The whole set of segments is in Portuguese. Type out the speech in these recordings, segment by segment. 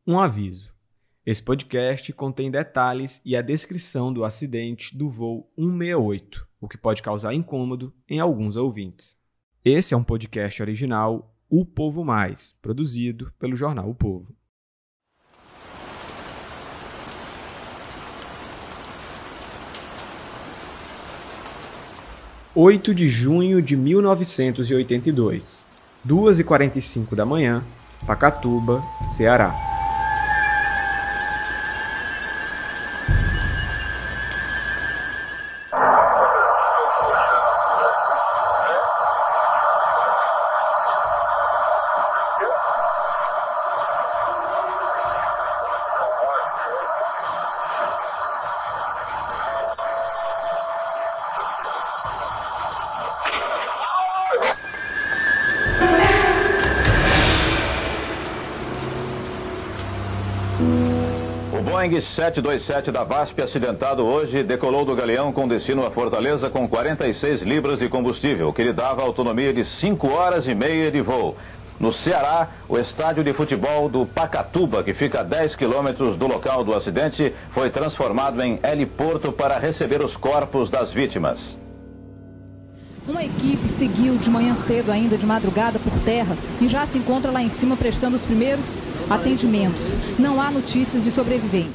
Um aviso. Esse podcast contém detalhes e a descrição do acidente do voo 168, o que pode causar incômodo em alguns ouvintes. Esse é um podcast original O Povo Mais, produzido pelo jornal O Povo. (8 de junho de 1982, 2h45 da manhã, Pacatuba, Ceará). O Boeing 727 da VASP, acidentado hoje, decolou do Galeão com destino a Fortaleza com 46 libras de combustível, que lhe dava autonomia de 5 horas e meia de voo. No Ceará, o estádio de futebol do Pacatuba, que fica a 10 quilômetros do local do acidente, foi transformado em heliporto para receber os corpos das vítimas. Uma equipe seguiu de manhã cedo, ainda de madrugada, por terra e já se encontra lá em cima prestando os primeiros atendimentos. Não há notícias de sobreviventes.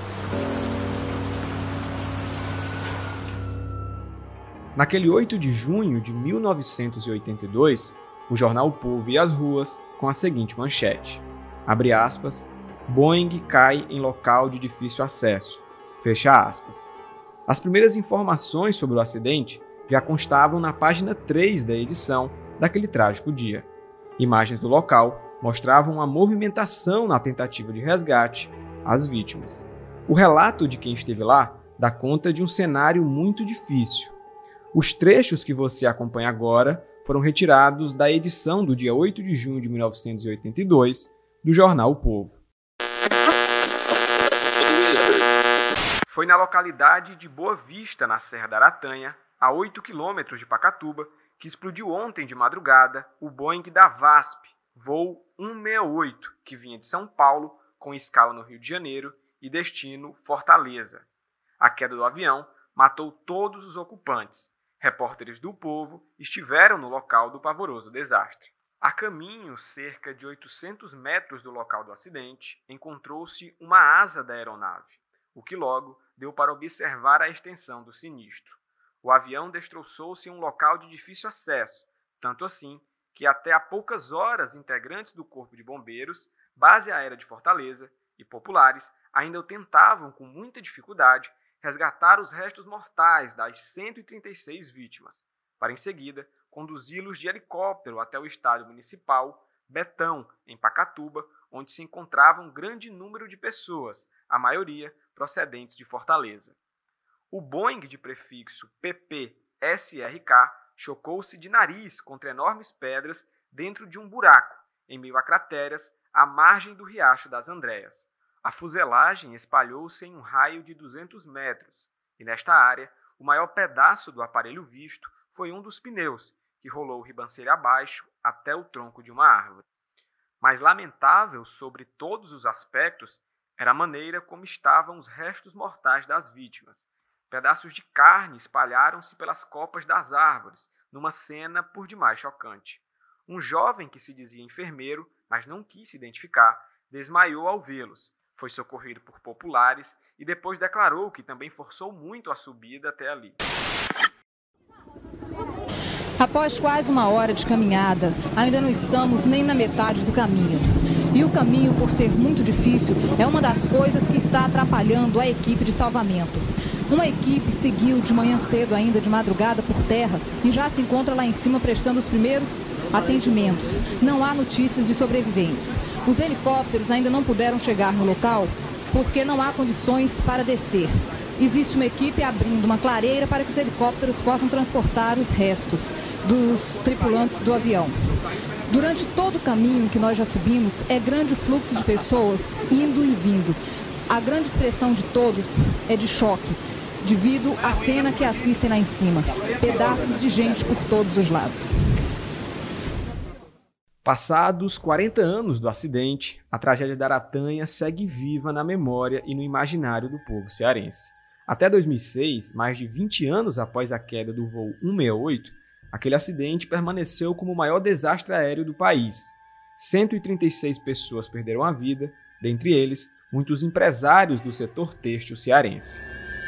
Naquele 8 de junho de 1982, o jornal O Povo ia às ruas com a seguinte manchete, abre aspas, Boeing cai em local de difícil acesso, fecha aspas. As primeiras informações sobre o acidente já constavam na página 3 da edição daquele trágico dia. Imagens do local mostravam uma movimentação na tentativa de resgate às vítimas. O relato de quem esteve lá dá conta de um cenário muito difícil. Os trechos que você acompanha agora foram retirados da edição do dia 8 de junho de 1982 do jornal O Povo. Foi na localidade de Boa Vista, na Serra da Aratanha, a 8 quilômetros de Pacatuba, que explodiu ontem de madrugada o Boeing da VASP, voo 168, que vinha de São Paulo, com escala no Rio de Janeiro e destino Fortaleza. A queda do avião matou todos os ocupantes. Repórteres do Povo estiveram no local do pavoroso desastre. A caminho, cerca de 800 metros do local do acidente, encontrou-se uma asa da aeronave, o que logo deu para observar a extensão do sinistro. O avião destroçou-se em um local de difícil acesso, tanto assim que até há poucas horas integrantes do Corpo de Bombeiros, Base Aérea de Fortaleza e populares ainda tentavam com muita dificuldade resgatar os restos mortais das 136 vítimas, para em seguida conduzi-los de helicóptero até o estádio municipal Betão, em Pacatuba, onde se encontrava um grande número de pessoas, a maioria procedentes de Fortaleza. O Boeing de prefixo PP-SRK chocou-se de nariz contra enormes pedras dentro de um buraco, em meio a crateras, à margem do Riacho das Andréas. A fuselagem espalhou-se em um raio de 200 metros, e nesta área, o maior pedaço do aparelho visto foi um dos pneus, que rolou ribanceira abaixo até o tronco de uma árvore. Mais lamentável sobre todos os aspectos era a maneira como estavam os restos mortais das vítimas. Pedaços de carne espalharam-se pelas copas das árvores, numa cena por demais chocante. Um jovem que se dizia enfermeiro, mas não quis se identificar, desmaiou ao vê-los. Foi socorrido por populares e depois declarou que também forçou muito a subida até ali. Após quase uma hora de caminhada, ainda não estamos nem na metade do caminho. E o caminho, por ser muito difícil, é uma das coisas que está atrapalhando a equipe de salvamento. Uma equipe seguiu de manhã cedo, ainda de madrugada, por terra e já se encontra lá em cima prestando os primeiros atendimentos. Não há notícias de sobreviventes. Os helicópteros ainda não puderam chegar no local porque não há condições para descer. Existe uma equipe abrindo uma clareira para que os helicópteros possam transportar os restos dos tripulantes do avião. Durante todo o caminho que nós já subimos, é grande o fluxo de pessoas indo e vindo. A grande expressão de todos é de choque, devido à cena que assistem lá em cima. Pedaços de gente por todos os lados. Passados 40 anos do acidente, a tragédia da Aratanha segue viva na memória e no imaginário do povo cearense. Até 2006, mais de 20 anos após a queda do voo 168, aquele acidente permaneceu como o maior desastre aéreo do país. 136 pessoas perderam a vida, dentre eles, muitos empresários do setor têxtil cearense.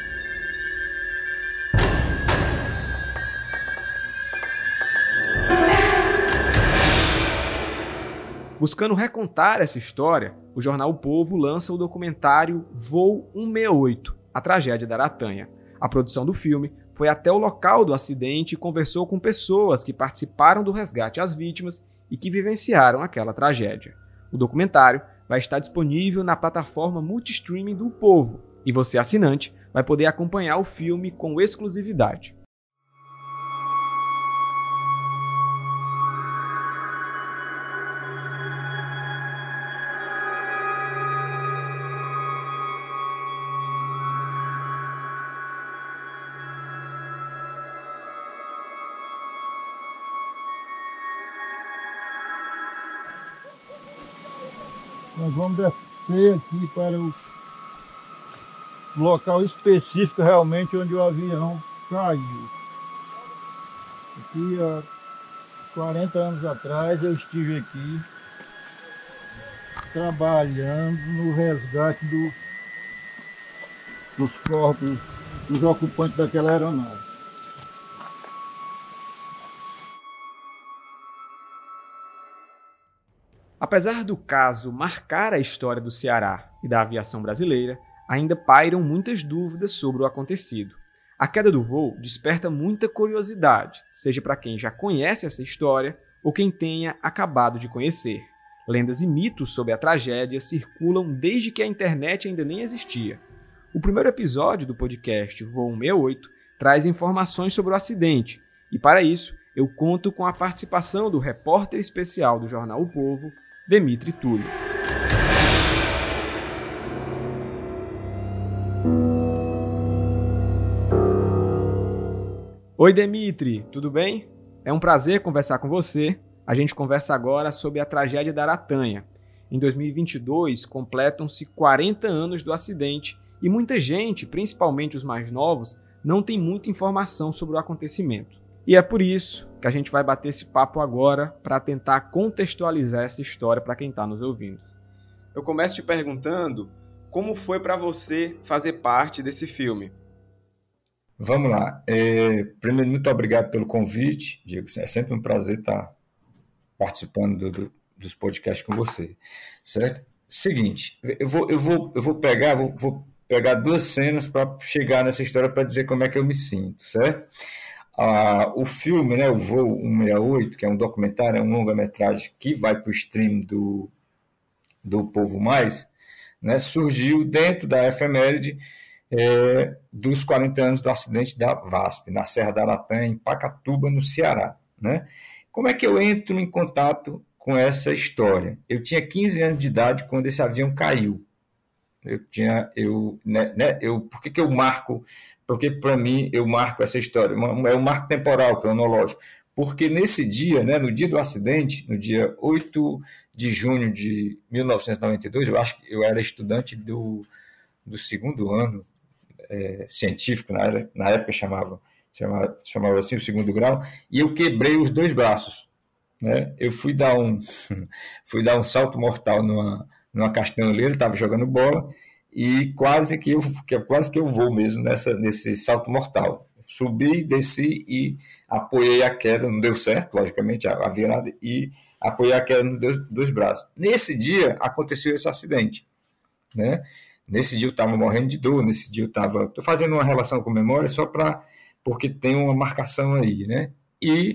Buscando recontar essa história, o jornal O Povo lança o documentário Voo 168, a tragédia da Aratanha. A produção do filme foi até o local do acidente e conversou com pessoas que participaram do resgate às vítimas e que vivenciaram aquela tragédia. O documentário vai estar disponível na plataforma multistreaming do Povo e você, assinante, vai poder acompanhar o filme com exclusividade. Nós vamos descer aqui para o local específico realmente onde o avião caiu. Aqui há 40 anos atrás eu estive aqui trabalhando no resgate dos corpos dos ocupantes daquela aeronave. Apesar do caso marcar a história do Ceará e da aviação brasileira, ainda pairam muitas dúvidas sobre o acontecido. A queda do voo desperta muita curiosidade, seja para quem já conhece essa história ou quem tenha acabado de conhecer. Lendas e mitos sobre a tragédia circulam desde que a internet ainda nem existia. O primeiro episódio do podcast Voo 168 traz informações sobre o acidente, e para isso eu conto com a participação do repórter especial do jornal O Povo, Demitri Túlio. Oi, Demitri, tudo bem? É um prazer conversar com você. A gente conversa agora sobre a tragédia da Aratanha. Em 2022, completam-se 40 anos do acidente e muita gente, principalmente os mais novos, não tem muita informação sobre o acontecimento. E é por isso que a gente vai bater esse papo agora para tentar contextualizar essa história para quem está nos ouvindo. Eu começo te perguntando como foi para você fazer parte desse filme. Vamos lá. Primeiro, muito obrigado pelo convite, Diego. É sempre um prazer estar participando dos podcasts com você, certo? Seguinte, eu vou pegar duas cenas para chegar nessa história para dizer como é que eu me sinto, certo? O filme, né, o Voo 168, que é um documentário, é um longa-metragem que vai para o stream do Povo Mais, né, surgiu dentro da efeméride dos 40 anos do acidente da VASP, na Serra da Aratanha, em Pacatuba, no Ceará. Né? Como é que eu entro em contato com essa história? Eu tinha 15 anos de idade quando esse avião caiu. Por que eu marco? Porque, para mim, eu marco essa história. É um marco temporal, cronológico. Porque nesse dia, né, no dia do acidente, no dia 8 de junho de 1992, eu acho que eu era estudante do segundo ano científico, na época chamava assim, o segundo grau, e eu quebrei os dois braços. Né? Eu fui dar um salto mortal numa castanholeira, estava jogando bola, e quase que eu vou mesmo nesse salto mortal. Subi, desci e apoiei a queda, não deu certo, logicamente, a virada, e apoiei a queda nos dois braços. Nesse dia, aconteceu esse acidente. Né? Nesse dia eu estava morrendo de dor, nesse dia estou fazendo uma relação com memória só porque tem uma marcação aí. Né? E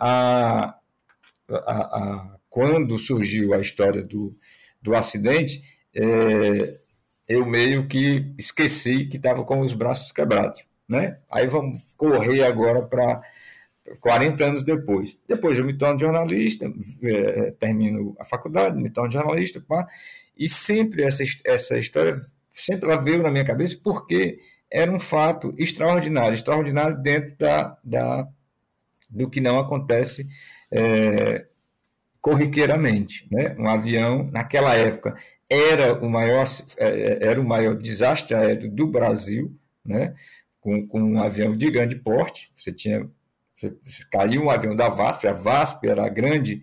quando surgiu a história do acidente, eu meio que esqueci que estava com os braços quebrados. Né? Aí vamos correr agora para 40 anos depois. Depois eu me torno jornalista, termino a faculdade, me torno jornalista, e sempre essa história sempre ela veio na minha cabeça porque era um fato extraordinário dentro do que não acontece corriqueiramente, né? Um avião, naquela época, era o maior desastre aéreo do Brasil, né? Com um avião de grande porte. Caiu um avião da VASP, a VASP era a grande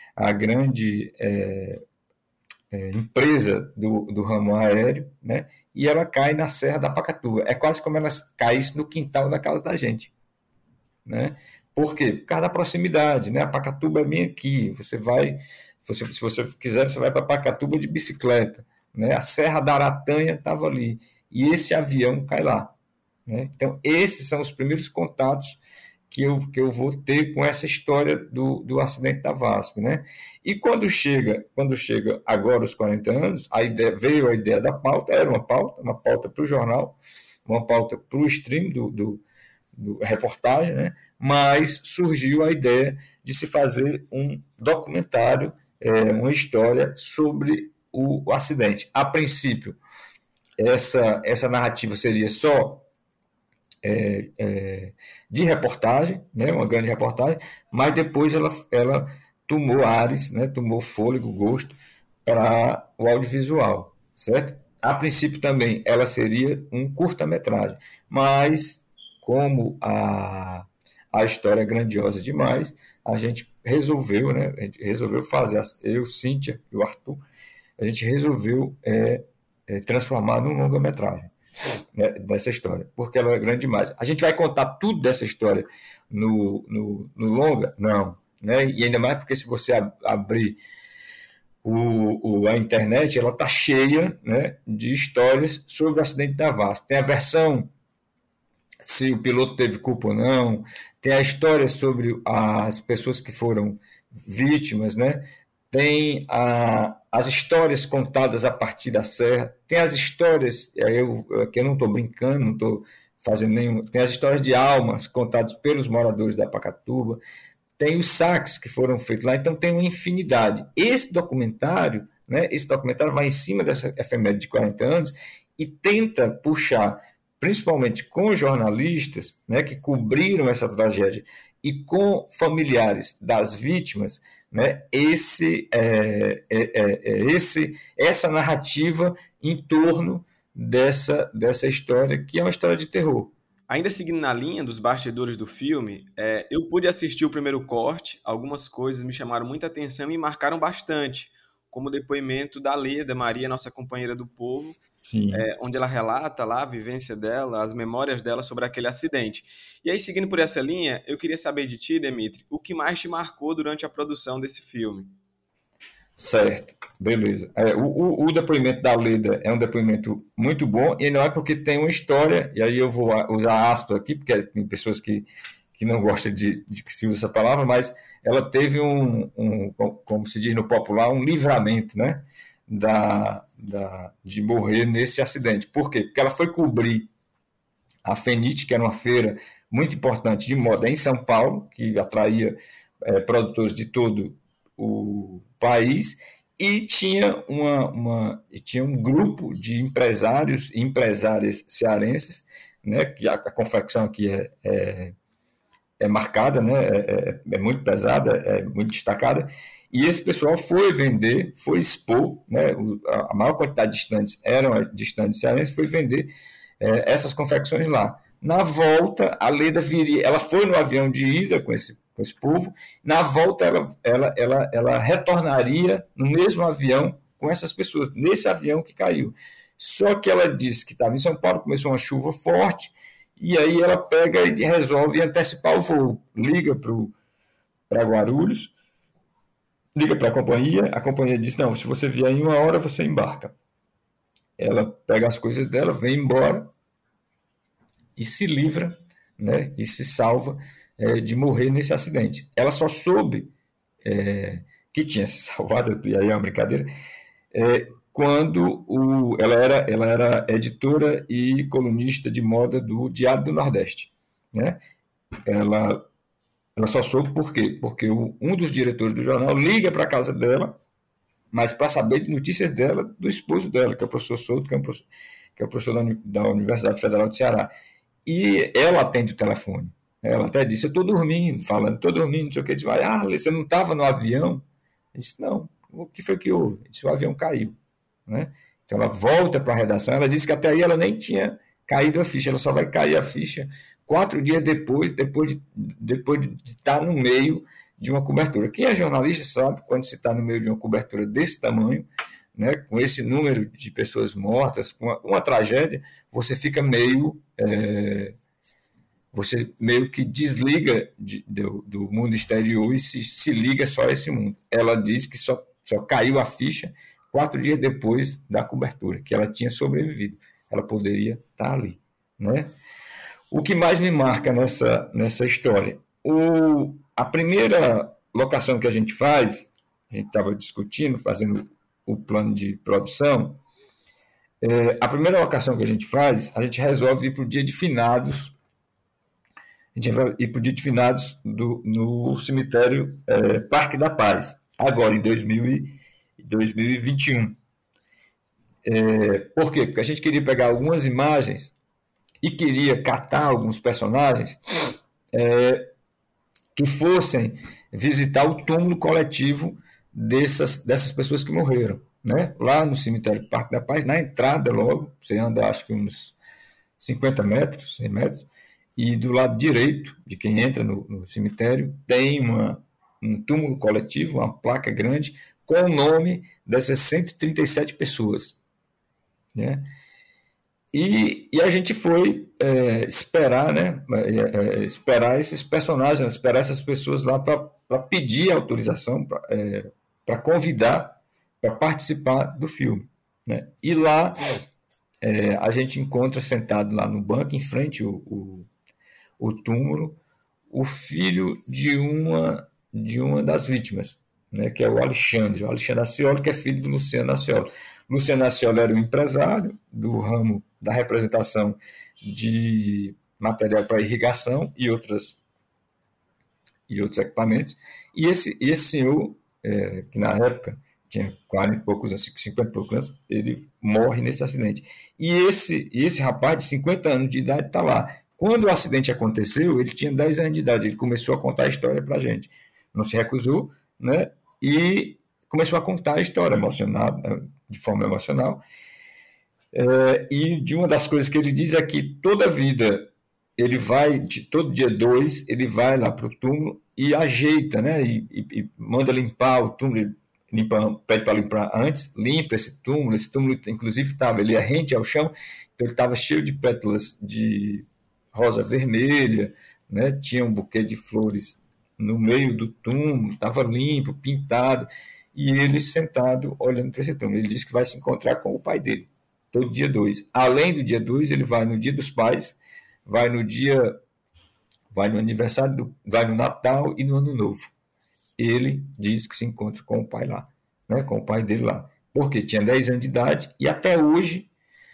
empresa do ramo aéreo, né? E ela cai na Serra da Pacatuba. É quase como ela caísse no quintal da casa da gente, né? Por quê? Por causa da proximidade, né? A Pacatuba é bem aqui. Se você quiser, você vai para Pacatuba de bicicleta, né? A Serra da Aratanha estava ali. E esse avião cai lá, né? Então, esses são os primeiros contatos que eu vou ter com essa história do acidente da VASP, né? E quando chega agora os 40 anos, veio a ideia da pauta, era uma pauta para o jornal, uma pauta para o stream do reportagem, né? Mas surgiu a ideia de se fazer um documentário, uma história sobre o acidente. A princípio, essa narrativa seria só de reportagem, né, uma grande reportagem, mas depois ela tomou ares, né, tomou fôlego, gosto para o audiovisual, certo? A princípio também ela seria um curta-metragem, mas como a história é grandiosa demais, a gente resolveu, né, fazer, eu, Cíntia e o Arthur, a gente resolveu transformar num longa-metragem, né, dessa história, porque ela é grande demais. A gente vai contar tudo dessa história no longa? Não. Né? E ainda mais porque se você abrir a internet, ela está cheia, né, de histórias sobre o acidente da VASP. Tem a versão se o piloto teve culpa ou não, tem a história sobre as pessoas que foram vítimas, né? Tem as histórias contadas a partir da serra, tem as histórias, que eu não estou brincando, não estou fazendo nenhum, tem as histórias de almas contadas pelos moradores da Pacatuba, tem os saques que foram feitos lá, então tem uma infinidade. Esse documentário vai em cima dessa efeméride de 40 anos e tenta puxar, principalmente com jornalistas, né, que cobriram essa tragédia e com familiares das vítimas, né, essa narrativa em torno dessa história, que é uma história de terror. Ainda seguindo na linha dos bastidores do filme, eu pude assistir o primeiro corte, algumas coisas me chamaram muita atenção e me marcaram bastante, como o depoimento da Leda Maria, nossa companheira do povo, onde ela relata lá a vivência dela, as memórias dela sobre aquele acidente. E aí, seguindo por essa linha, eu queria saber de ti, Demitri, o que mais te marcou durante a produção desse filme? Certo, beleza. O depoimento da Leda é um depoimento muito bom, e não é porque tem uma história, e aí eu vou usar aspas aqui, porque tem pessoas que não gostam de que se use essa palavra, mas ela teve como se diz no popular, um livramento, né, de morrer nesse acidente. Por quê? Porque ela foi cobrir a FENIT, que era uma feira muito importante de moda em São Paulo, que atraía produtores de todo o país, e tinha um grupo de empresários e empresárias cearenses, né, que a confecção aqui é marcada, né, é muito pesada, é muito destacada, e esse pessoal foi vender, foi expor, né, a maior quantidade de estandes eram de estandes cearenses, foi vender essas confecções lá. Na volta, a Leda ela foi no avião de ida com esse povo, na volta ela retornaria no mesmo avião com essas pessoas, nesse avião que caiu. Só que ela disse que estava em São Paulo, começou uma chuva forte, e aí ela pega e resolve antecipar o voo, liga para Guarulhos, liga para a companhia diz, não, se você vier em 1 hora, você embarca. Ela pega as coisas dela, vem embora e se livra, né, e se salva de morrer nesse acidente. Ela só soube que tinha se salvado, e aí é uma brincadeira, quando ela era editora e colunista de moda do Diário do Nordeste, né? Ela só soube por quê? Porque um dos diretores do jornal liga para a casa dela, mas para saber de notícias dela, do esposo dela, que é o professor Souto, que é o professor da Universidade Federal de Ceará. E ela atende o telefone. Ela até disse, eu estou dormindo, não sei o que. Diz, você não estava no avião? Ele disse, não, o que foi que houve? Ele disse, o avião caiu, né? Então ela volta para a redação, ela disse que até aí ela nem tinha caído a ficha, ela só vai cair a ficha 4 dias depois de estar no meio de uma cobertura. Quem é jornalista sabe, quando se está no meio de uma cobertura desse tamanho, né, com esse número de pessoas mortas, com uma tragédia, você fica você meio que desliga do mundo exterior e se liga só a esse mundo. Ela diz que só caiu a ficha 4 dias depois da cobertura, que ela tinha sobrevivido. Ela poderia estar ali, né? O que mais me marca nessa história? A primeira locação que a gente faz, a gente estava discutindo, fazendo o plano de produção, a primeira locação que a gente faz, a gente resolve ir para o dia de finados, a gente vai ir para o dia de finados no cemitério Parque da Paz, agora em 2021. Por quê? Porque a gente queria pegar algumas imagens e queria catar alguns personagens que fossem visitar o túmulo coletivo dessas pessoas que morreram, né? Lá no cemitério Parque da Paz, na entrada logo, você anda acho que uns 50 metros, 100 metros, e do lado direito de quem entra no cemitério tem um túmulo coletivo, uma placa grande, com o nome dessas 137 pessoas, né? E a gente foi esperar, né? Esperar esses personagens, esperar essas pessoas lá para pedir autorização, para convidar para participar do filme, né? E lá a gente encontra sentado lá no banco, em frente o túmulo, o filho de uma das vítimas, né? Que é o Alexandre Ascioli, que é filho do Luciano Ascioli. Luciano Ascioli era um empresário do ramo da representação de material para irrigação e outros equipamentos. E esse senhor, que na época tinha 40 e poucos, 50 e poucos anos, ele morre nesse acidente. E esse rapaz de 50 anos de idade está lá. Quando o acidente aconteceu, ele tinha 10 anos de idade, ele começou a contar a história para a gente. Não se recusou, né? E começou a contar a história emocionado, de forma emocional. E de uma das coisas que ele diz é que toda vida, ele vai, todo dia 2, ele vai lá para o túmulo e ajeita, né? E manda limpar o túmulo, pede para limpar antes, limpa esse túmulo inclusive ele é rente ao chão, então ele estava cheio de pétalas de rosa vermelha, né? Tinha um buquê de flores no meio do túmulo, estava limpo, pintado, e ele sentado olhando para esse túmulo. Ele disse que vai se encontrar com o pai dele, todo dia 2. Além do dia 2, ele vai no dia dos pais, vai no aniversário, vai no Natal e no Ano Novo. Ele diz que se encontra com o pai lá, né? Com o pai dele lá, porque tinha 10 anos de idade e até hoje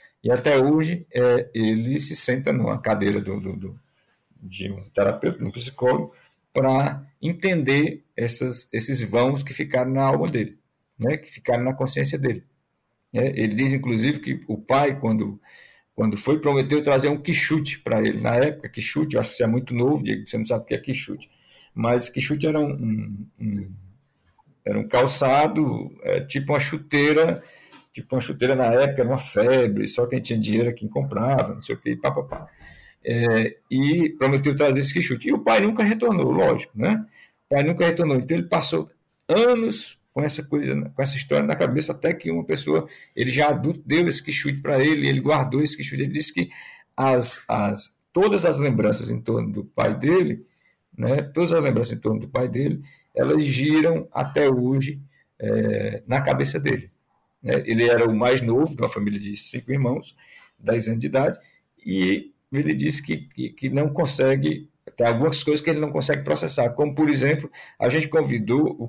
ele se senta numa cadeira de um terapeuta, de um psicólogo, para entender esses vãos que ficaram na alma dele, né? Que ficaram na consciência dele. Ele diz, inclusive, que o pai, quando foi, prometeu trazer um quichute para ele. Na época, quichute, eu acho que você é muito novo, Diego, você não sabe o que é quichute. Mas quichute era um calçado, tipo uma chuteira na época, era uma febre, só quem tinha dinheiro é quem comprava, não sei o que, papapá. E prometeu trazer esse quichute. E o pai nunca retornou, lógico, né? O pai nunca retornou. Então ele passou anos com essa história na cabeça, até que uma pessoa, ele já adulto, deu esse quichute para ele, ele guardou esse quichute. Ele disse que todas as lembranças em torno do pai dele, né? Todas as lembranças em torno do pai dele, elas giram até hoje na cabeça dele. Ele era o mais novo de uma família de 5 irmãos, 10 anos de idade, e ele disse que não consegue, tem algumas coisas que ele não consegue processar, como, por exemplo, a gente convidou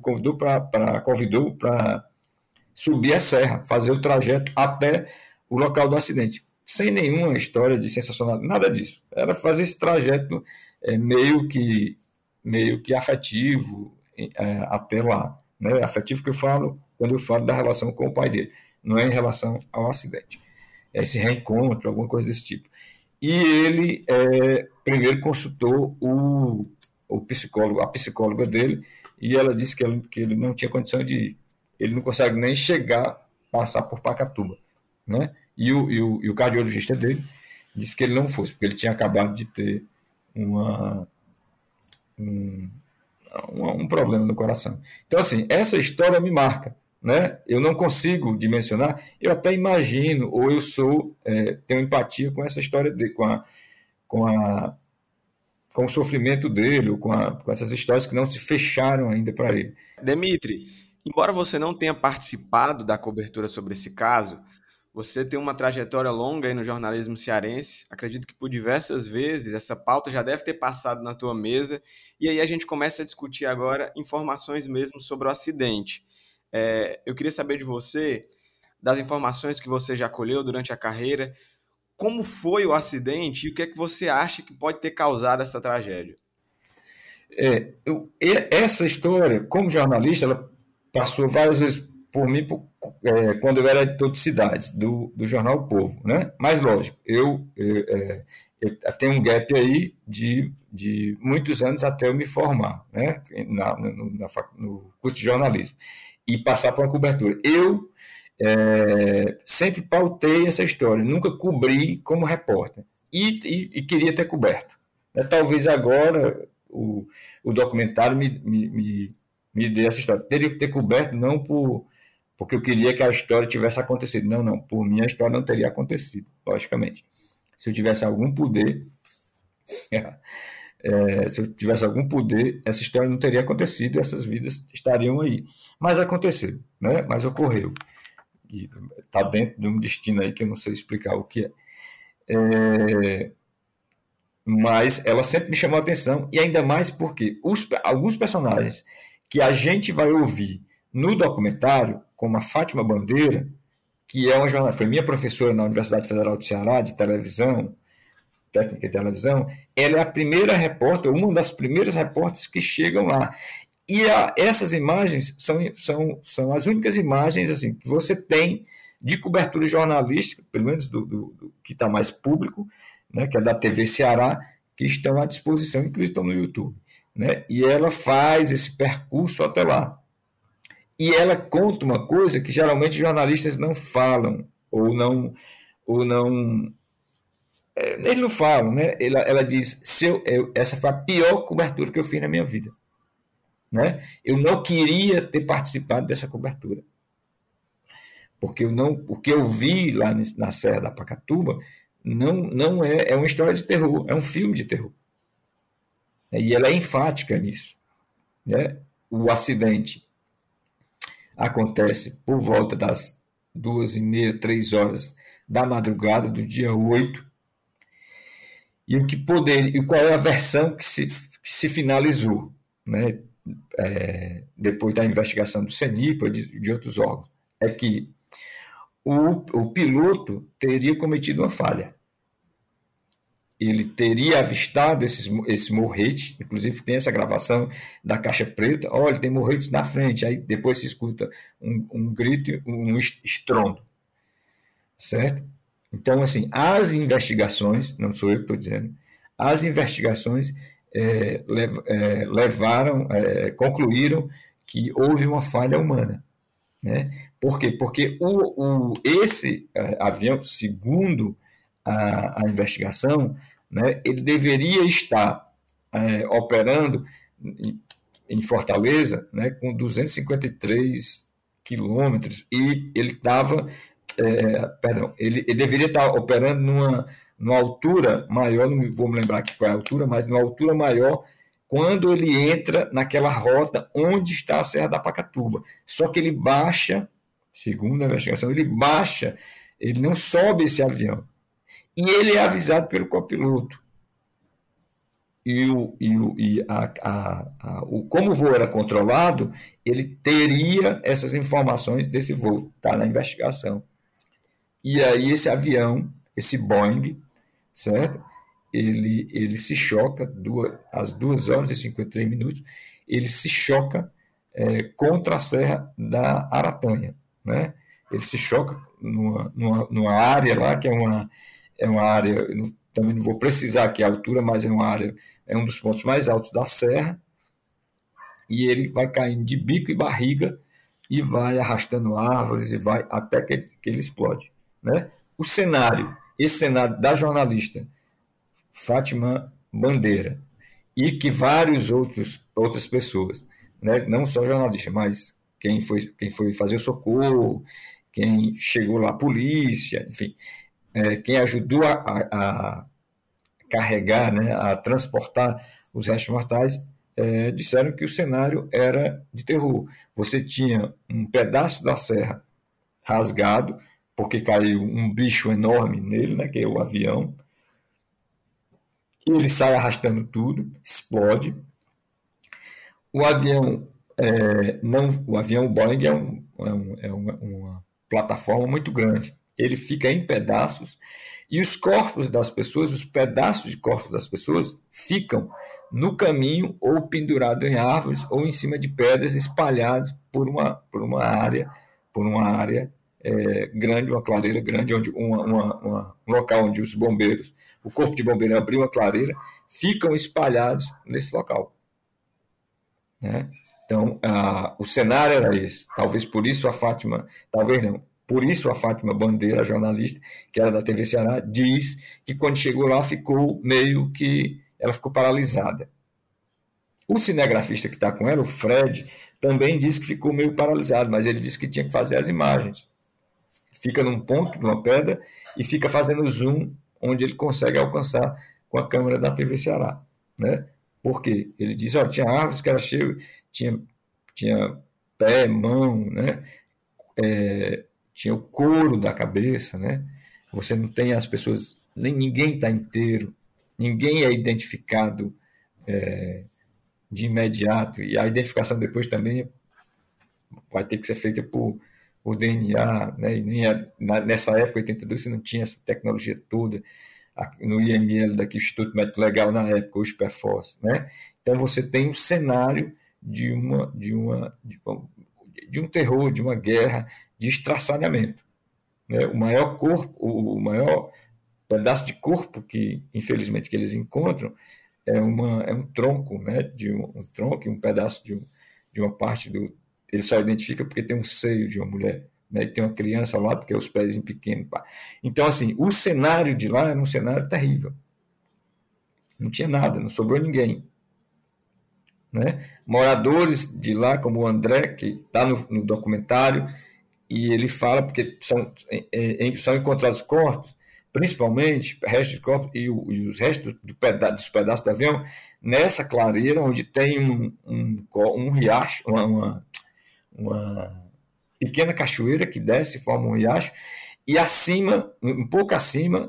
para subir a serra, fazer o trajeto até o local do acidente, sem nenhuma história de sensacional, nada disso. Era fazer esse trajeto meio que afetivo até lá, né? Afetivo que eu falo quando eu falo da relação com o pai dele, não é em relação ao acidente. Esse reencontro, alguma coisa desse tipo. E ele primeiro consultou a psicóloga dele, e ela disse que ele não tinha condição de ir. Ele não consegue nem passar por Pacatuba, né? E o cardiologista dele disse que ele não fosse, porque ele tinha acabado de ter um problema no coração. Então, assim, essa história me marca, né? Eu não consigo dimensionar, eu até imagino, ou eu tenho empatia com essa história dele, com o sofrimento dele, ou com essas histórias que não se fecharam ainda para ele. Demitri, embora você não tenha participado da cobertura sobre esse caso, você tem uma trajetória longa aí no jornalismo cearense. Acredito que por diversas vezes essa pauta já deve ter passado na tua mesa. E aí a gente começa a discutir agora informações mesmo sobre o acidente. Eu queria saber de você, das informações que você já colheu durante a carreira, como foi o acidente e o que é que você acha que pode ter causado essa tragédia? Essa história, como jornalista, ela passou várias vezes por mim quando eu era editor de cidades, do jornal O Povo, né? Mas, lógico, eu tenho um gap aí de muitos anos até eu me formar, né? No curso de jornalismo, e passar por uma cobertura. Eu sempre pautei essa história, nunca cobri como repórter, e queria ter coberto. Talvez agora o documentário me dê essa história. Teria que ter coberto, não porque eu queria que a história tivesse acontecido. Não, por mim a história não teria acontecido, logicamente. Se eu tivesse algum poder, essa história não teria acontecido, essas vidas estariam aí. Mas aconteceu, né? Mas ocorreu. E está dentro de um destino aí que eu não sei explicar o que é. Mas ela sempre me chamou a atenção, e ainda mais porque alguns personagens que a gente vai ouvir no documentário, como a Fátima Bandeira, que é foi minha professora na Universidade Federal do Ceará, de televisão, técnica de televisão, ela é a primeira repórter, uma das primeiras repórteres que chegam lá. E essas imagens são as únicas imagens assim, que você tem de cobertura jornalística, pelo menos do que está mais público, né, que é da TV Ceará, que estão à disposição, inclusive estão no YouTube, né? E ela faz esse percurso até lá. E ela conta uma coisa que geralmente jornalistas não falam, eles não falam, né? Ela diz, essa foi a pior cobertura que eu fiz na minha vida, né? Eu não queria ter participado dessa cobertura, porque o que eu vi lá na Serra da Pacatuba não é uma história de terror, é um filme de terror. E ela é enfática nisso, né? O acidente acontece por volta das 2h30, 3h da madrugada do dia 8, e qual é a versão que se finalizou, né? Depois da investigação do CENIPA e de outros órgãos, é que o piloto teria cometido uma falha. Ele teria avistado esse morrete, inclusive tem essa gravação da caixa preta, olha, tem morretes na frente, aí depois se escuta um grito, um estrondo, certo? Então, assim, as investigações, não sou eu que estou dizendo, as investigações concluíram que houve uma falha humana, né? Por quê? Porque esse avião, segundo a investigação, né, ele deveria estar operando em Fortaleza, né, com 253 quilômetros, e ele estava, ele deveria estar operando numa altura maior, não vou me lembrar qual é a altura, mas numa altura maior, quando ele entra naquela rota onde está a Serra da Pacatuba. Só que ele baixa, segundo a investigação, ele não sobe esse avião. E ele é avisado pelo copiloto. Como o voo era controlado, ele teria essas informações desse voo, está na investigação. E aí esse avião, esse Boeing, certo? Ele se choca às 2h53, ele se choca contra a Serra da Aratanha, né? Ele se choca numa área lá, que é uma área, também não vou precisar aqui a altura, mas é uma área, é um dos pontos mais altos da serra, e ele vai caindo de bico e barriga e vai arrastando árvores e vai até que ele explode, né? Esse cenário da jornalista Fátima Bandeira e que outras pessoas, né? Não só jornalistas, mas quem foi fazer o socorro, quem chegou lá, a polícia, enfim, quem ajudou a carregar, né, a transportar os restos mortais, disseram que o cenário era de terror. Você tinha um pedaço da serra rasgado, porque caiu um bicho enorme nele, né, que é o avião. Ele sai arrastando tudo, explode. O avião, o Boeing é uma plataforma muito grande. Ele fica em pedaços e os corpos das pessoas, os pedaços de corpos das pessoas ficam no caminho ou pendurados em árvores ou em cima de pedras espalhados por uma área grande, uma clareira grande, onde um local onde os bombeiros, o corpo de bombeiro abriu uma clareira, ficam espalhados nesse local, né? Então, o cenário era esse. Talvez por isso a Fátima, talvez não, por isso a Fátima Bandeira, a jornalista, que era da TV Ceará, diz que quando chegou lá ela ficou paralisada. O cinegrafista que está com ela, o Fred, também disse que ficou meio paralisado, mas ele disse que tinha que fazer as imagens. Fica num ponto, numa pedra, e fica fazendo zoom, onde ele consegue alcançar com a câmera da TV Ceará, né? Por quê? Ele disse, tinha árvores que era cheio, tinha pé, mão, né? Tinha o couro da cabeça, né? Você não tem as pessoas, ninguém está inteiro, ninguém é identificado de imediato, e a identificação depois também vai ter que ser feita por DNA, né? E nessa época, 82, você não tinha essa tecnologia toda, no IML daqui, o Instituto Médico Legal na época, o Superforce, né? Então você tem um cenário de um terror, de uma guerra, de estraçalhamento, né? O maior pedaço de corpo que, infelizmente, que eles encontram é um tronco, né? Um tronco e um pedaço de uma parte do... Ele só identifica porque tem um seio de uma mulher, né? E tem uma criança ao lado, porque é os pés pequenos. Então, assim, o cenário de lá era um cenário terrível. Não tinha nada, não sobrou ninguém, né? Moradores de lá, como o André, que está no documentário, e ele fala, porque são encontrados corpos, principalmente restos de corpos e os restos dos pedaços do avião, nessa clareira onde tem um riacho, uma pequena cachoeira que desce e forma um riacho, e um pouco acima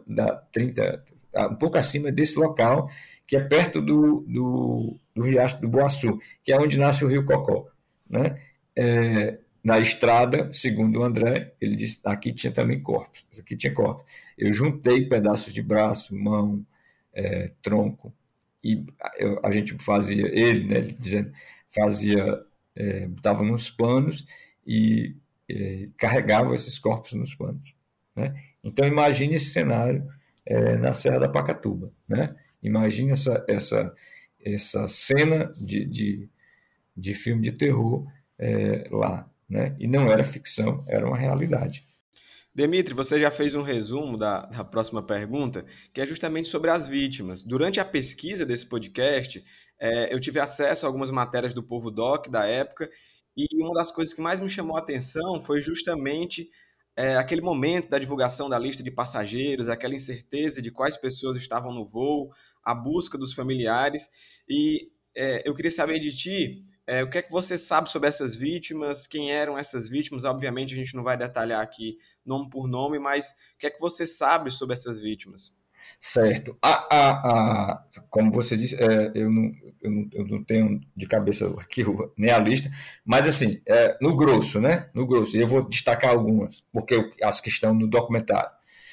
desse local, que é perto do riacho do Boaçu, que é onde nasce o Rio Cocó, né? Na estrada, segundo o André, ele disse, aqui tinha também corpos, aqui tinha corpos. Eu juntei pedaços de braço, mão, tronco, e a gente fazia, ele, né, dizendo, botava nos panos e carregava esses corpos nos panos, né? Então imagine esse cenário na Serra da Pacatuba, né? Imagine essa cena de filme de terror lá, né? E não era ficção, era uma realidade. Demitri, você já fez um resumo da próxima pergunta, que é justamente sobre as vítimas. Durante a pesquisa desse podcast, eu tive acesso a algumas matérias do Povo Doc da época, e uma das coisas que mais me chamou a atenção foi justamente aquele momento da divulgação da lista de passageiros, aquela incerteza de quais pessoas estavam no voo, a busca dos familiares, e eu queria saber de ti, o que é que você sabe sobre essas vítimas, quem eram essas vítimas? Obviamente a gente não vai detalhar aqui nome por nome, mas o que é que você sabe sobre essas vítimas? Certo. Como você disse, eu não tenho de cabeça aqui nem a lista, mas assim, no grosso, né? No grosso, eu vou destacar algumas, porque as que estão no documentário.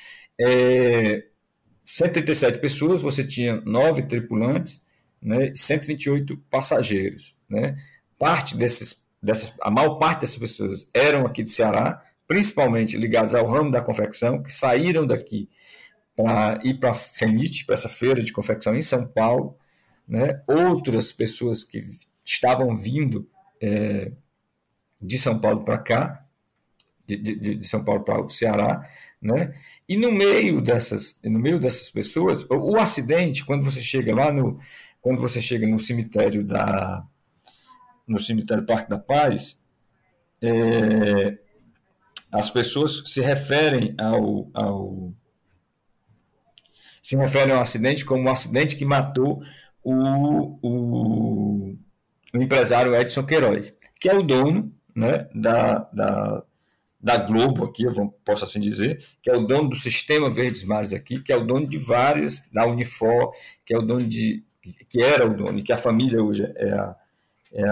137 pessoas, você tinha 9 tripulantes, né, 128 passageiros, né? A maior parte dessas pessoas eram aqui do Ceará, principalmente ligados ao ramo da confecção, que saíram daqui para ir para a FENIT, para essa feira de confecção em São Paulo, né? Outras pessoas que estavam vindo de São Paulo para cá, de São Paulo para o Ceará, né? E no meio dessas pessoas, o acidente, quando você chega no cemitério Parque da Paz, as pessoas se referem ao acidente como um acidente que matou o empresário Edson Queiroz, que é o dono, né, da Globo aqui, posso assim dizer, que é o dono do Sistema Verdes Mares aqui, que é o dono de várias, da Unifor, que é o dono que era o dono, e que a família hoje é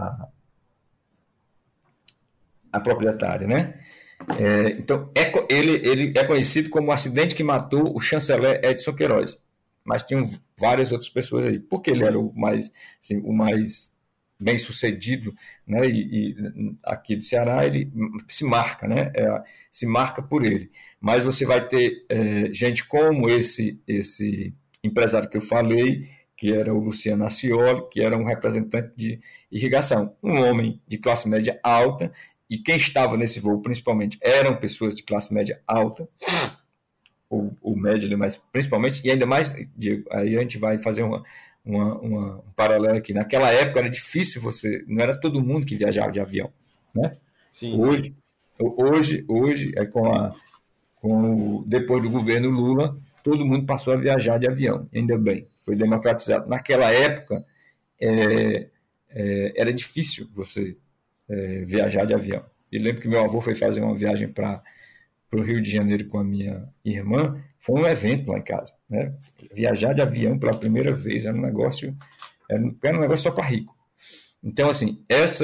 a proprietária, né? Então, ele é conhecido como o acidente que matou o chanceler Edson Queiroz, mas tinham várias outras pessoas aí, porque ele era o mais bem sucedido, né? E aqui do Ceará ele se marca, né? Se marca por ele. Mas você vai ter gente como esse empresário que eu falei, que era o Luciano Ascioli, que era um representante de irrigação, um homem de classe média alta, e quem estava nesse voo principalmente eram pessoas de classe média alta, ou média, mas principalmente, e ainda mais, Diego, aí a gente vai fazer um paralelo aqui. Naquela época era difícil não era todo mundo que viajava de avião, né? Sim, hoje depois do governo Lula, todo mundo passou a viajar de avião, ainda bem, foi democratizado. Naquela época era difícil você viajar de avião. Eu lembro que meu avô foi fazer uma viagem para o Rio de Janeiro com a minha irmã, foi um evento lá em casa, né? Viajar de avião pela primeira vez era um negócio só para rico. Então, assim,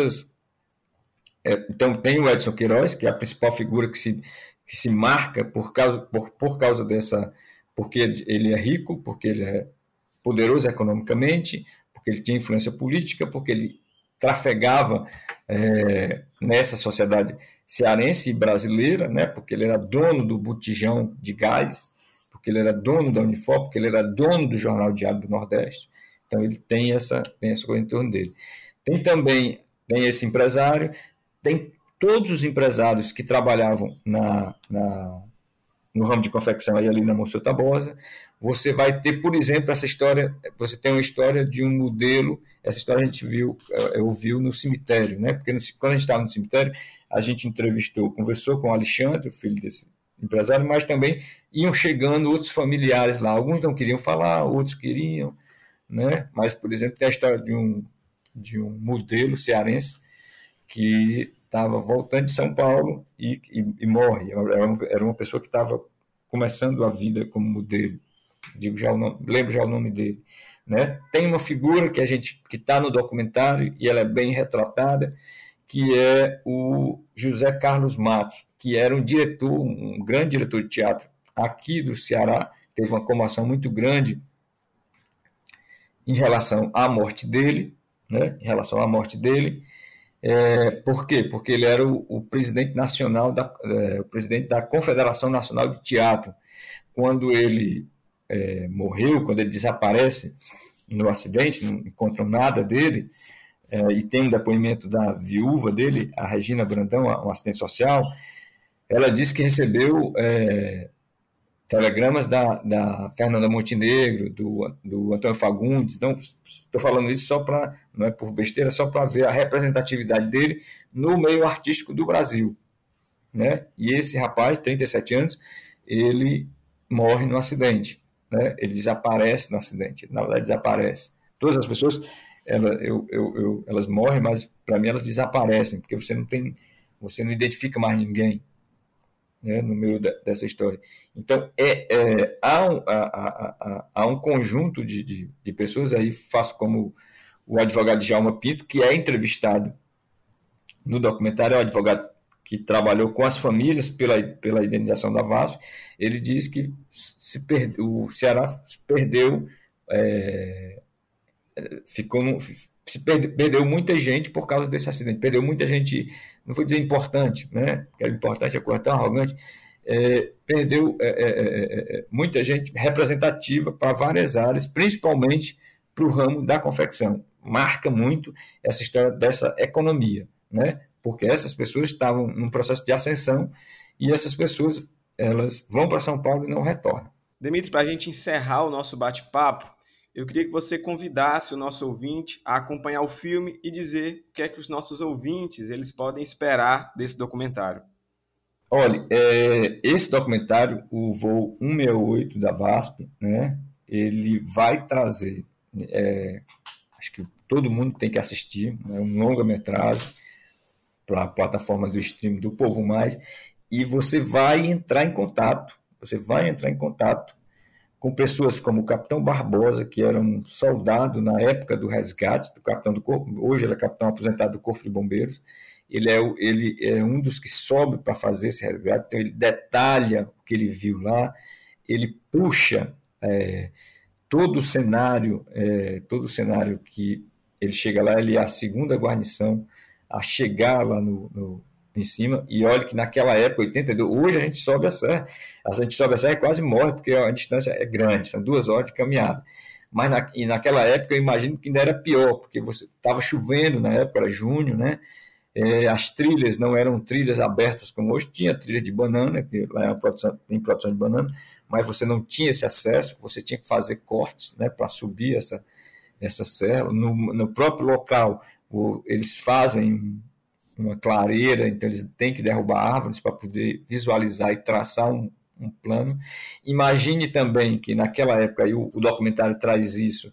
então tem o Edson Queiroz, que é a principal figura que se marca por causa dessa, porque ele é rico, porque ele é poderoso economicamente, porque ele tinha influência política, porque ele trafegava nessa sociedade cearense e brasileira, né? Porque ele era dono do botijão de gás, porque ele era dono da Unifor, porque ele era dono do Jornal Diário do Nordeste. Então ele tem essa coisa em torno dele. Tem esse empresário, tem todos os empresários que trabalhavam no ramo de confecção aí ali na Monsenhor Tabosa. Você vai ter, por exemplo, essa história, você tem uma história de um modelo, essa história a gente ouviu no cemitério, né? Porque quando a gente estava no cemitério, a gente conversou com o Alexandre, o filho desse empresário, mas também iam chegando outros familiares lá. Alguns não queriam falar, outros queriam, né? Mas, por exemplo, tem a história de um modelo cearense que estava voltando de São Paulo e morre. Era uma pessoa que estava começando a vida como modelo. Lembro já o nome dele, né? Tem uma figura que está no documentário e ela é bem retratada, que é o José Carlos Matos, que era um grande diretor de teatro aqui do Ceará, teve uma comoção muito grande em relação à morte dele, né? Por quê? Porque ele era o presidente nacional o presidente da Confederação Nacional de Teatro. Quando ele morreu, quando ele desaparece no acidente, não encontram nada dele, e tem um depoimento da viúva dele, a Regina Brandão, um assistente social, ela disse que recebeu telegramas da Fernanda Montenegro, do Antônio Fagundes. Então, estou falando isso não é por besteira, só para ver a representatividade dele no meio artístico do Brasil, né? E esse rapaz, 37 anos, ele morre no acidente, né? Ele desaparece no acidente, na verdade desaparece. Todas as pessoas, elas morrem, mas para mim elas desaparecem, porque você não identifica mais ninguém, né, no meio dessa história. Então, há um conjunto de pessoas, aí faço como o advogado Djalma Pinto, que é entrevistado no documentário, é um advogado que trabalhou com as famílias pela indenização da VASP. Ele diz que o Ceará perdeu, perdeu muita gente por causa desse acidente, perdeu muita gente, não vou dizer importante, né? Porque importante é coisa tão arrogante, perdeu muita gente representativa para várias áreas, principalmente para o ramo da confecção. marca muito essa história dessa economia, né? Porque essas pessoas estavam num processo de ascensão e essas pessoas elas vão para São Paulo e não retornam. Demetrio, para a gente encerrar o nosso bate-papo, eu queria que você convidasse o nosso ouvinte a acompanhar o filme e dizer o que é que os nossos ouvintes eles podem esperar desse documentário. Olha, esse documentário, o Voo 168 da VASP, né, ele vai trazer, acho que todo mundo tem que assistir, é um longa-metragem para a plataforma do stream do Povo Mais, e você vai entrar em contato com pessoas como o Capitão Barbosa, que era um soldado na época do resgate, do capitão do corpo, hoje ele é capitão aposentado do Corpo de Bombeiros. Ele é um dos que sobe para fazer esse resgate, então ele detalha o que ele viu lá, ele puxa todo o cenário que ele chega lá, ele é a segunda guarnição a chegar lá em cima, e olha que naquela época, 82, hoje a gente sobe a serra e quase morre, porque a distância é grande, são 2 horas de caminhada. Mas naquela época eu imagino que ainda era pior, porque estava chovendo na época, era junho, né? As trilhas não eram trilhas abertas como hoje, tinha trilha de banana, que lá tem produção de banana, mas você não tinha esse acesso, você tinha que fazer cortes, né, para subir essa serra. No próprio local, eles fazem uma clareira, então eles têm que derrubar árvores para poder visualizar e traçar um plano. Imagine também que naquela época, e o documentário traz isso,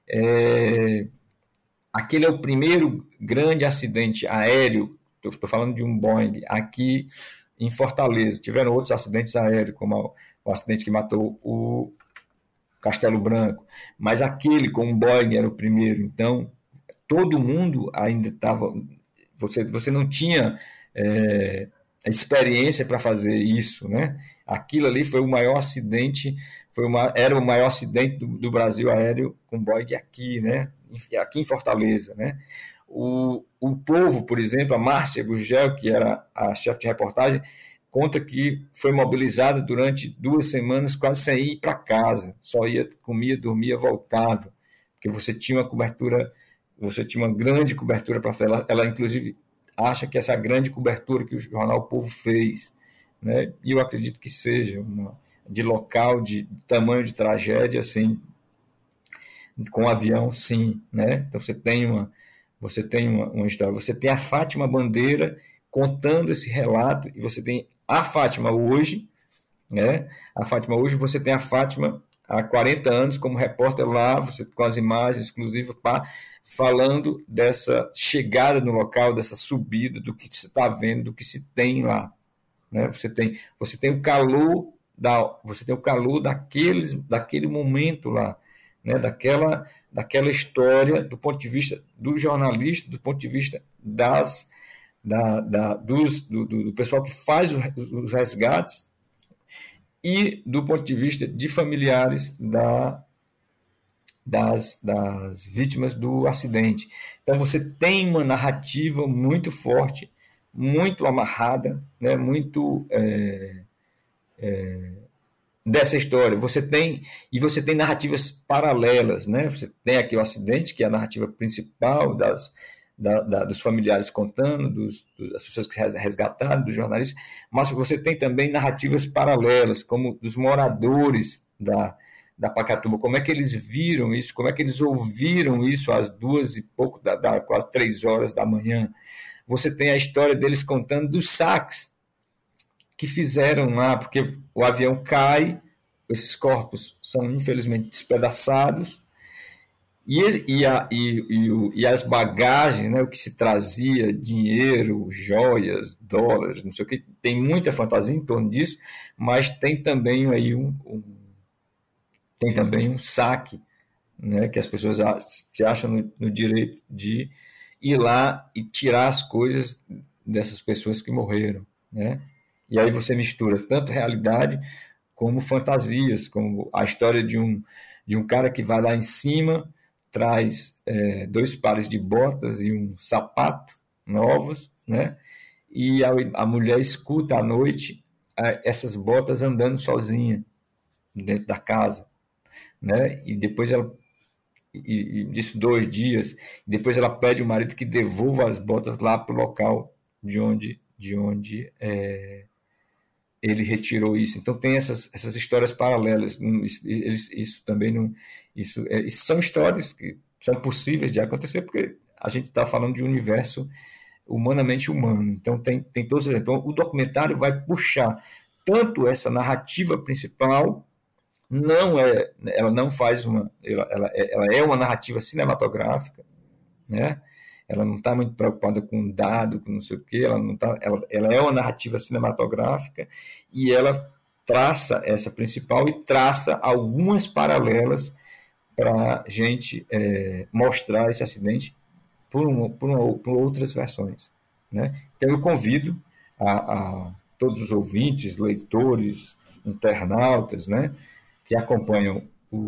aquele é o primeiro grande acidente aéreo, estou falando de um Boeing, aqui em Fortaleza. Tiveram outros acidentes aéreos, como o acidente que matou o Castelo Branco, mas aquele com o Boeing era o primeiro. Então, todo mundo ainda estava... Você não tinha experiência para fazer isso, né? Aquilo ali foi o maior acidente, era o maior acidente do Brasil aéreo com Boeing aqui, né? Aqui em Fortaleza, né? O Povo, por exemplo, a Márcia Gugel, que era a chefe de reportagem, conta que foi mobilizada durante 2 semanas quase sem ir para casa, só ia, comia, dormia, voltava, porque você tinha uma cobertura, você tinha uma grande cobertura para fazer. Ela inclusive acha que essa grande cobertura que o jornal O Povo fez, né? E eu acredito que seja de local, de tamanho de tragédia, assim, com avião, sim, né? Então você tem uma história, você tem a Fátima Bandeira contando esse relato, e você tem a Fátima hoje, né? A Fátima hoje, você tem a Fátima há 40 anos como repórter lá, você com as imagens exclusivas, falando dessa chegada no local, dessa subida, do que se está vendo, do que se tem lá, né? Você tem o calor daquele momento lá, né? Daquela história, do ponto de vista do jornalista, do ponto de vista do pessoal que faz os resgates, e do ponto de vista de familiares das vítimas do acidente. Então você tem uma narrativa muito forte, muito amarrada, né, muito dessa história. Você tem narrativas paralelas, né? Você tem aqui o acidente, que é a narrativa principal dos familiares contando, das pessoas que resgataram, dos jornalistas, mas você tem também narrativas paralelas, como dos moradores da Pacatuba, como é que eles viram isso, como é que eles ouviram isso às 2 e pouco, quase 3 horas da manhã. Você tem a história deles contando dos saques que fizeram lá, porque o avião cai, esses corpos são infelizmente despedaçados, e as bagagens, né, o que se trazia, dinheiro, joias, dólares, não sei o que, tem muita fantasia em torno disso, mas tem também aí um saque, né, que as pessoas se acham no direito de ir lá e tirar as coisas dessas pessoas que morreram, né? E aí você mistura tanto realidade como fantasias, como a história de um cara que vai lá em cima, traz 2 pares de botas e um sapato novos, né? E a mulher escuta à noite essas botas andando sozinha dentro da casa, né? E depois disso 2 dias, depois ela pede ao marido que devolva as botas lá para o local de onde ele retirou isso. Então tem essas histórias paralelas. Isso também não. Isso são histórias que são possíveis de acontecer, porque a gente está falando de um universo humanamente humano. Então tem todos. Então o documentário vai puxar tanto essa narrativa principal. Ela não faz ela é uma narrativa cinematográfica, né? Ela não está muito preocupada com dado, com não sei o quê, ela é uma narrativa cinematográfica e ela traça essa principal e traça algumas paralelas para a gente mostrar esse acidente por outras versões, né? Então eu convido a todos os ouvintes, leitores, internautas, né, que acompanham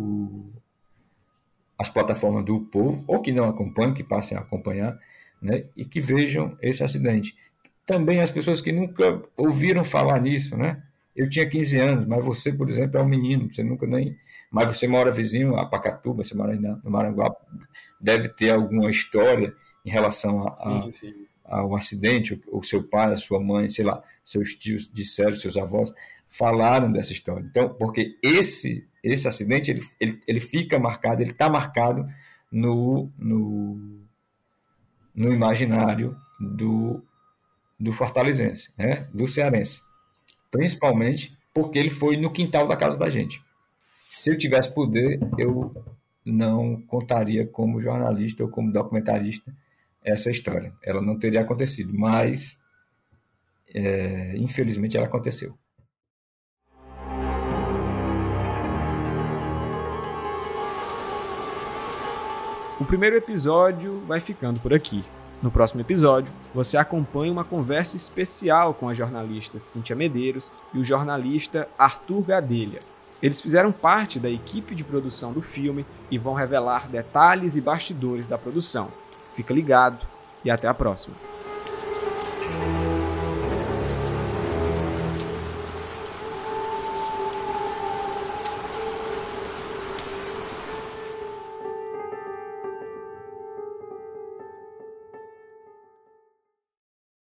as plataformas do Povo, ou que não acompanham, que passem a acompanhar, né, e que vejam esse acidente. Também as pessoas que nunca ouviram falar nisso, né? Eu tinha 15 anos, mas você, por exemplo, é um menino, você nunca nem... Mas você mora vizinho a Pacatuba, você mora aí no Maranguape, deve ter alguma história em relação ao acidente, o seu pai, a sua mãe, sei lá, seus tios disseram, seus avós falaram dessa história. Então, porque esse acidente, ele fica marcado, ele está marcado no imaginário do fortalezense, né? Do cearense. Principalmente porque ele foi no quintal da casa da gente. Se eu tivesse poder, eu não contaria como jornalista ou como documentarista essa história. Ela não teria acontecido, mas infelizmente ela aconteceu. O primeiro episódio vai ficando por aqui. No próximo episódio, você acompanha uma conversa especial com a jornalista Cíntia Medeiros e o jornalista Arthur Gadelha. Eles fizeram parte da equipe de produção do filme e vão revelar detalhes e bastidores da produção. Fica ligado e até a próxima.